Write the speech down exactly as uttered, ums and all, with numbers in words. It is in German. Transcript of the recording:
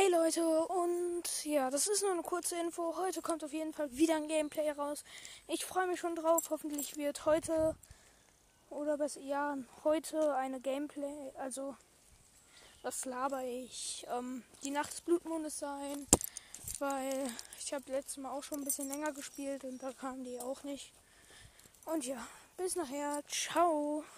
Hey Leute, und ja, das ist nur eine kurze Info. Heute kommt auf jeden Fall wieder ein Gameplay raus. Ich freue mich schon drauf. Hoffentlich wird heute oder besser, ja, heute eine Gameplay, also was laber ich, ähm, die Nacht des Blutmondes sein, weil ich habe letztes Mal auch schon ein bisschen länger gespielt und da kamen die auch nicht. Und ja, bis nachher. Ciao.